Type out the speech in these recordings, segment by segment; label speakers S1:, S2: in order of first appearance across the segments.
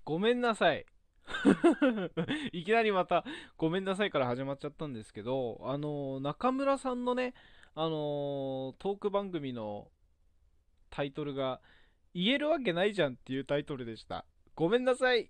S1: ごめんなさい。いきなりまたごめんなさいから始まっちゃったんですけど、中村さんのね、トーク番組のタイトルが、言えるわけないじゃんっていうタイトルでした。ごめんなさい。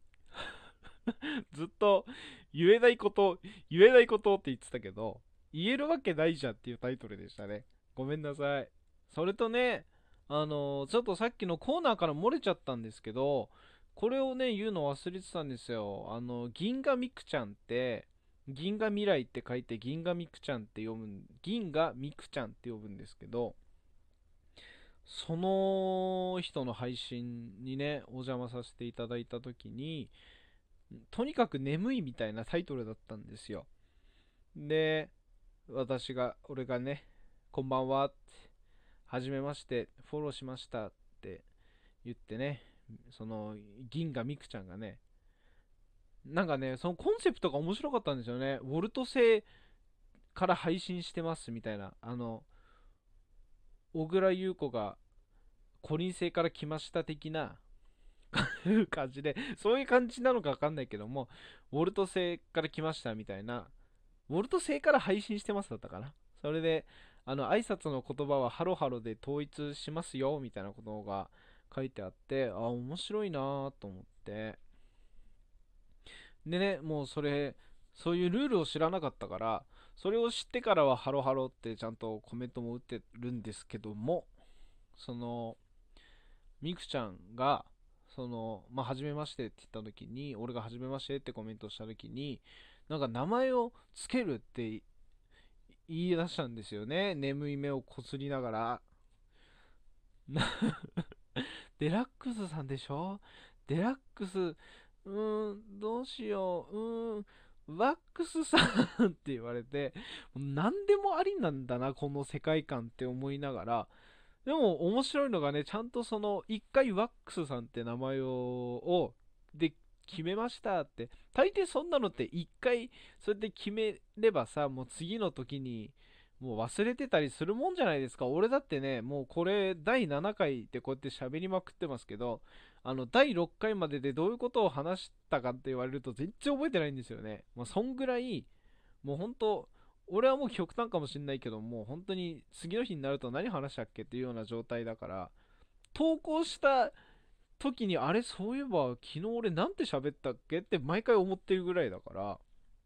S1: ずっと言えないこと、言えないことって言ってたけど、言えるわけないじゃんっていうタイトルでしたね。ごめんなさい。それとね、ちょっとさっきのコーナーから漏れちゃったんですけど、これをね、言うの忘れてたんですよ。銀河ミクちゃんって、銀河未来って書いて銀河ミクちゃんって読む、銀河ミクちゃんって呼ぶんですけど、その人の配信にね、お邪魔させていただいたときに、とにかく眠いみたいなタイトルだったんですよ。で、俺がね、こんばんはって、はじめまして、フォローしましたって言ってね、その、銀河ミクちゃんがね、なんかね、そのコンセプトが面白かったんですよね。ウォルト製から配信してますみたいな。小倉優子がコリン星から来ました的な感じで、そういう感じなのかわかんないけども、ウォルト製から来ましたみたいな、ウォルト製から配信してますだったかな。それで、挨拶の言葉はハロハロで統一しますよみたいなことが書いてあって、あ、面白いなぁと思って。でね、もうそういうルールを知らなかったから、それを知ってからはハロハロってちゃんとコメントも打ってるんですけども、その、ミクちゃんが、初めましてって言った時に、俺が初めましてってコメントした時に、なんか名前をつけるって言い出したんですよね。眠い目をこすりながら。デラックスさんでしょ。デラックス、どうしよう、ワックスさんって言われて、何でもありなんだな、この世界観って思いながら、でも面白いのがね、ちゃんと一回ワックスさんって名前で、決めましたって。大抵そんなのって一回、それで決めればさ、もう次の時に、もう忘れてたりするもんじゃないですか。俺だってね、もうこれ第7回でこうやって喋りまくってますけど、第6回まででどういうことを話したかって言われると全然覚えてないんですよね。まあ、そんぐらい、もう本当、俺はもう極端かもしんないけど、もう本当に次の日になると何話したっけっていうような状態だから、投稿した時に、あれ、そういえば昨日俺なんて喋ったっけって毎回思ってるぐらいだから、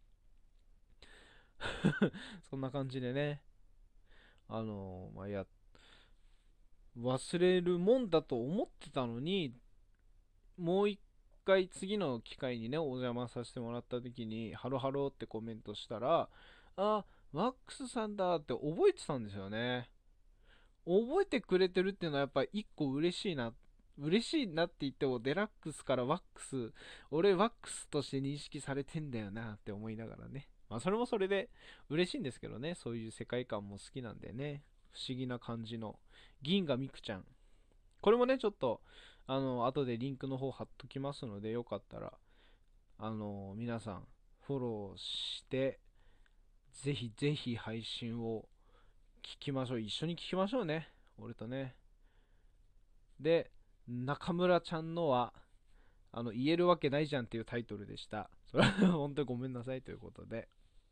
S1: そんな感じでね、まあ、忘れるもんだと思ってたのに、もう一回次の機会にね、お邪魔させてもらった時に、ハロハロってコメントしたら、あ、ワックスさんだって覚えてたんですよね。覚えてくれてるっていうのはやっぱ一個嬉しいな。嬉しいなって言っても、デラックスからワックス、俺ワックスとして認識されてんだよなって思いながらね。まあそれもそれで嬉しいんですけどね。そういう世界観も好きなんでね。不思議な感じの銀河ミクちゃん。これもね、ちょっと、後でリンクの方貼っときますので、よかったら、皆さん、フォローして、ぜひぜひ配信を聞きましょう。一緒に聞きましょうね。俺とね。で、中村ちゃんのは、言えるわけないじゃんっていうタイトルでした。それは本当にごめんなさいということで。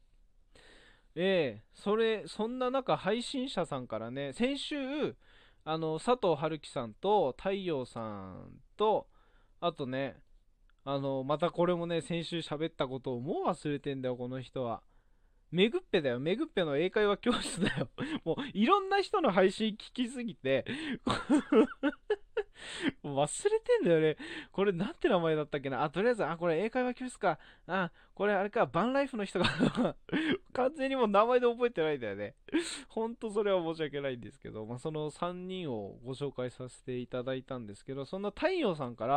S1: そんな中、配信者さんからね、先週、佐藤春樹さんと太陽さんと、あとね、またこれもね、先週喋ったことをもう忘れてんだよ、この人は。めぐっぺだよ。めぐっぺの英会話教室だよ。もういろんな人の配信聞きすぎて、もう忘れてんだよね。これなんて名前だったっけな。あ、とりあえず、これ英会話教室か。これあれか、バンライフの人が完全にもう名前で覚えてないんだよね。ほんとそれは申し訳ないんですけど、まあ、その3人をご紹介させていただいたんですけど、そんな太陽さんから、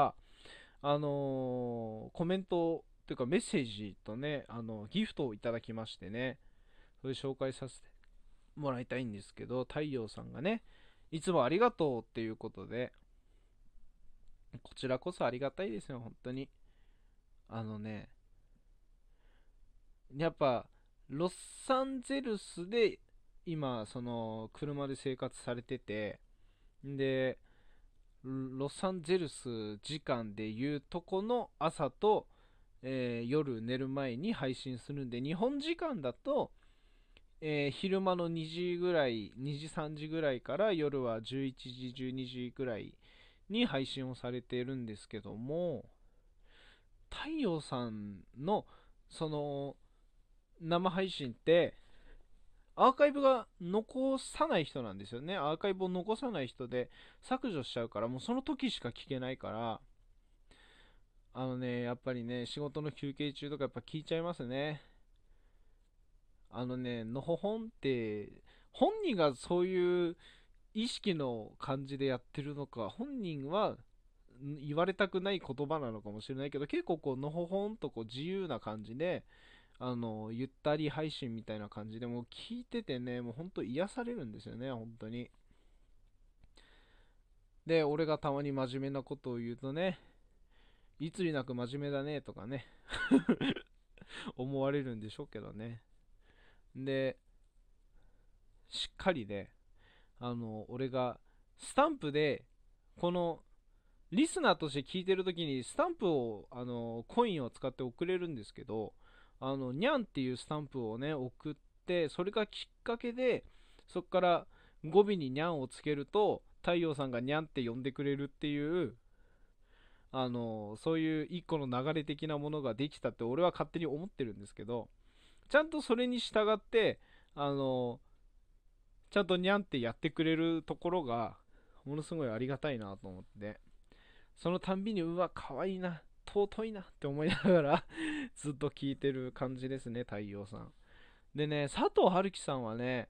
S1: コメントというかメッセージとね、ギフトをいただきましてね、それ紹介させてもらいたいんですけど、太陽さんがね、いつもありがとうっていうことで、こちらこそありがたいですよ、本当に。あのね、やっぱ、ロサンゼルスで今、車で生活されてて、で、 ロサンゼルス時間でいうとこの朝と、夜寝る前に配信するんで、日本時間だと、昼間の2時ぐらい、2時3時ぐらいから夜は11時、12時ぐらいに配信をされているんですけども、太陽さんのその生配信ってアーカイブが残さない人なんですよね。アーカイブを残さない人で削除しちゃうから、もうその時しか聞けないから、やっぱりね、仕事の休憩中とかやっぱ聞いちゃいますね。のほほんって、本人がそういう意識の感じでやってるのか、本人は言われたくない言葉なのかもしれないけど、結構こう、のほほんとこう自由な感じで、ゆったり配信みたいな感じでもう聞いててね、もうほんと癒されるんですよね、本当に。で、俺がたまに真面目なことを言うとね、いつになく真面目だねとかね、思われるんでしょうけどね。で、しっかりね、俺がスタンプで、このリスナーとして聞いてるときにスタンプを、コインを使って送れるんですけど、にゃんっていうスタンプをね、送って、それがきっかけで、そっから語尾ににゃんをつけると、太陽さんがにゃんって呼んでくれるっていう、そういう一個の流れ的なものができたって俺は勝手に思ってるんですけど、ちゃんとそれに従って、あの、ちゃんとにゃんってやってくれるところが、ものすごいありがたいなと思って、そのたんびに、うわ、可愛いな、尊いなって思いながらずっと聞いてる感じですね、太陽さん。でね、佐藤春樹さんはね、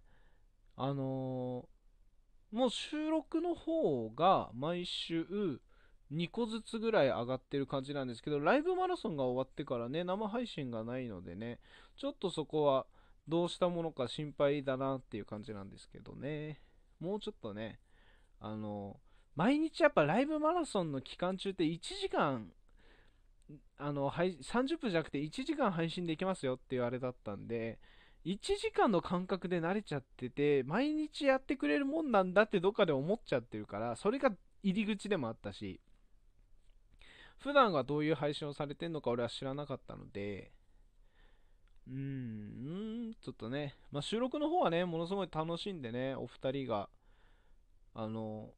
S1: もう収録の方が毎週2個ずつぐらい上がってる感じなんですけど、ライブマラソンが終わってからね、生配信がないのでね、ちょっとそこはどうしたものか心配だなっていう感じなんですけどね。もうちょっとね、あの、毎日やっぱライブマラソンの期間中って1時間、30分じゃなくて1時間配信できますよっていうあれだったんで、1時間の感覚で慣れちゃってて、毎日やってくれるもんなんだってどっかで思っちゃってるから、それが入り口でもあったし、普段がどういう配信をされてんのか俺は知らなかったので、ちょっとね、まあ、収録の方はね、ものすごい楽しんでね、お二人が、あの、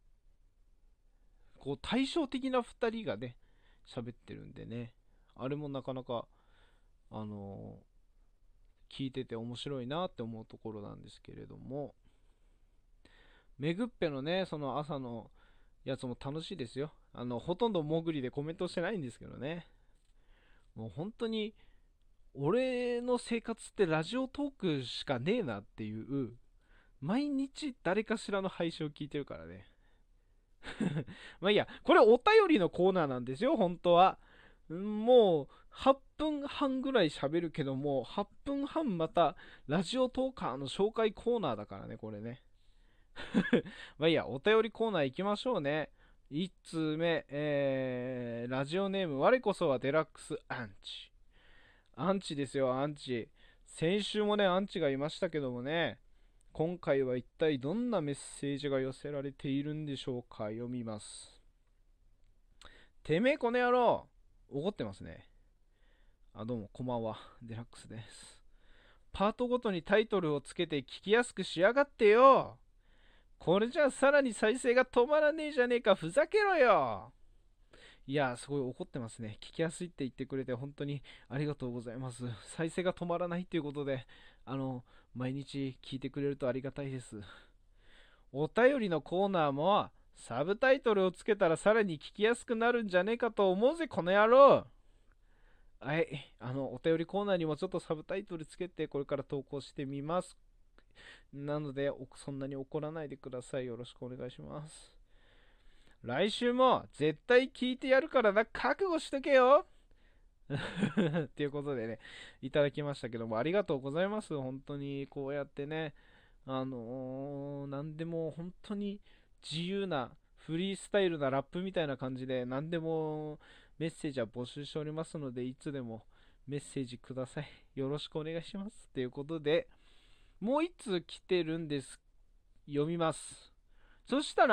S1: こう対照的な2人がね喋ってるんでね、あれもなかなかあの聞いてて面白いなって思うところなんですけれども、めぐっぺのねその朝のやつも楽しいですよ。ほとんど潜りでコメントしてないんですけどね、もう本当に俺の生活ってラジオトークしかねえなっていう、毎日誰かしらの配信を聞いてるからね。まあいいや、これお便りのコーナーなんですよ、本当は。もう8分半ぐらい喋るけども、8分半またラジオトーカーの紹介コーナーだからね、これね。まあいいや、お便りコーナー行きましょうね。1通目、ラジオネーム、我こそはデラックスアンチ。アンチですよ、アンチ。先週もね、アンチがいましたけどもね、今回は一体どんなメッセージが寄せられているんでしょうか。読みます。てめえこの野郎、怒ってますね。どうもこんばんは、デラックスです。パートごとにタイトルをつけて聞きやすくしやがってよ。これじゃさらに再生が止まらねえじゃねえか、ふざけろよ。いや、すごい怒ってますね。聞きやすいって言ってくれて本当にありがとうございます。再生が止まらないっていうことで、毎日聞いてくれるとありがたいです。お便りのコーナーもサブタイトルをつけたらさらに聞きやすくなるんじゃねえかと思うぜ、この野郎。はい。お便りコーナーにもちょっとサブタイトルつけてこれから投稿してみます。なので、そんなに怒らないでください。よろしくお願いします。来週も絶対聞いてやるからな、覚悟しとけよ。っていうことでね、いただきましたけども、ありがとうございます。本当にこうやってね、なんでも本当に自由なフリースタイルなラップみたいな感じで何でもメッセージは募集しておりますので、いつでもメッセージください。よろしくお願いします。ということで、もう一通来てるんです。読みます。そしたら、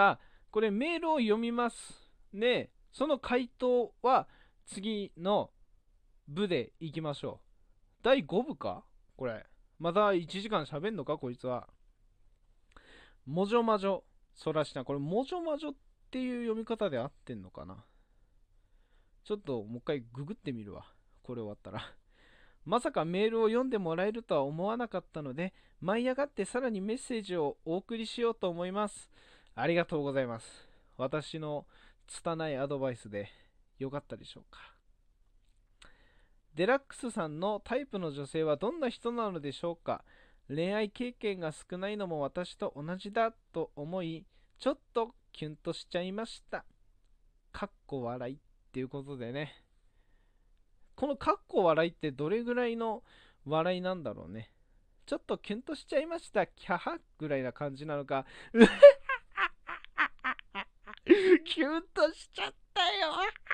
S1: これメールを読みます。で、その回答は次の部でいきましょう。第5部かこれ。また1時間喋んのかこいつは。もじょまじょ、そらした。これ、もじょまじょっていう読み方で合ってんのかな。ちょっともう一回ググってみるわ。これ終わったら。まさかメールを読んでもらえるとは思わなかったので、舞い上がってさらにメッセージをお送りしようと思います。ありがとうございます。私の拙いアドバイスでよかったでしょうか。デラックスさんのタイプの女性はどんな人なのでしょうか。恋愛経験が少ないのも私と同じだと思い、ちょっとキュンとしちゃいました。かっこ笑いっていうことでね。このかっこ笑いってどれぐらいの笑いなんだろうね。ちょっとキュンとしちゃいました。キャハぐらいな感じなのか。キュンとしちゃったよ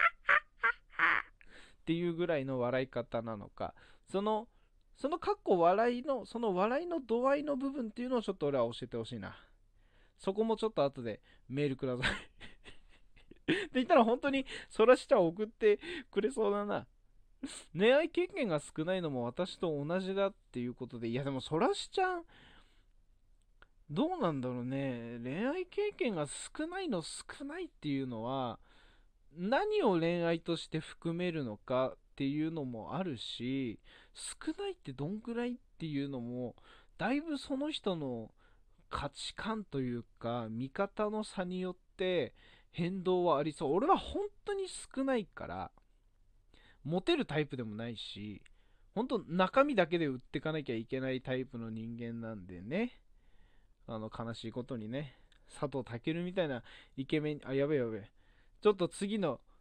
S1: っていうぐらいの笑い方なのか。そのかっこ笑いの、その笑いの度合いの部分っていうのをちょっと俺は教えてほしいな。そこもちょっと後でメールくださいって言ったら本当にそらしちゃん送ってくれそうだな。恋愛経験が少ないのも私と同じだっていうことで、いやでもそらしちゃん、どうなんだろうね。恋愛経験が少ないの少ないっていうのは、何を恋愛として含めるのかっていうのもあるし、少ないってどんくらいっていうのも、だいぶその人の価値観というか、見方の差によって変動はありそう。俺は本当に少ないから、モテるタイプでもないし、本当中身だけで売ってかなきゃいけないタイプの人間なんでね。悲しいことにね。佐藤健みたいなイケメン、あ、やべえやべえ。ちょっと次の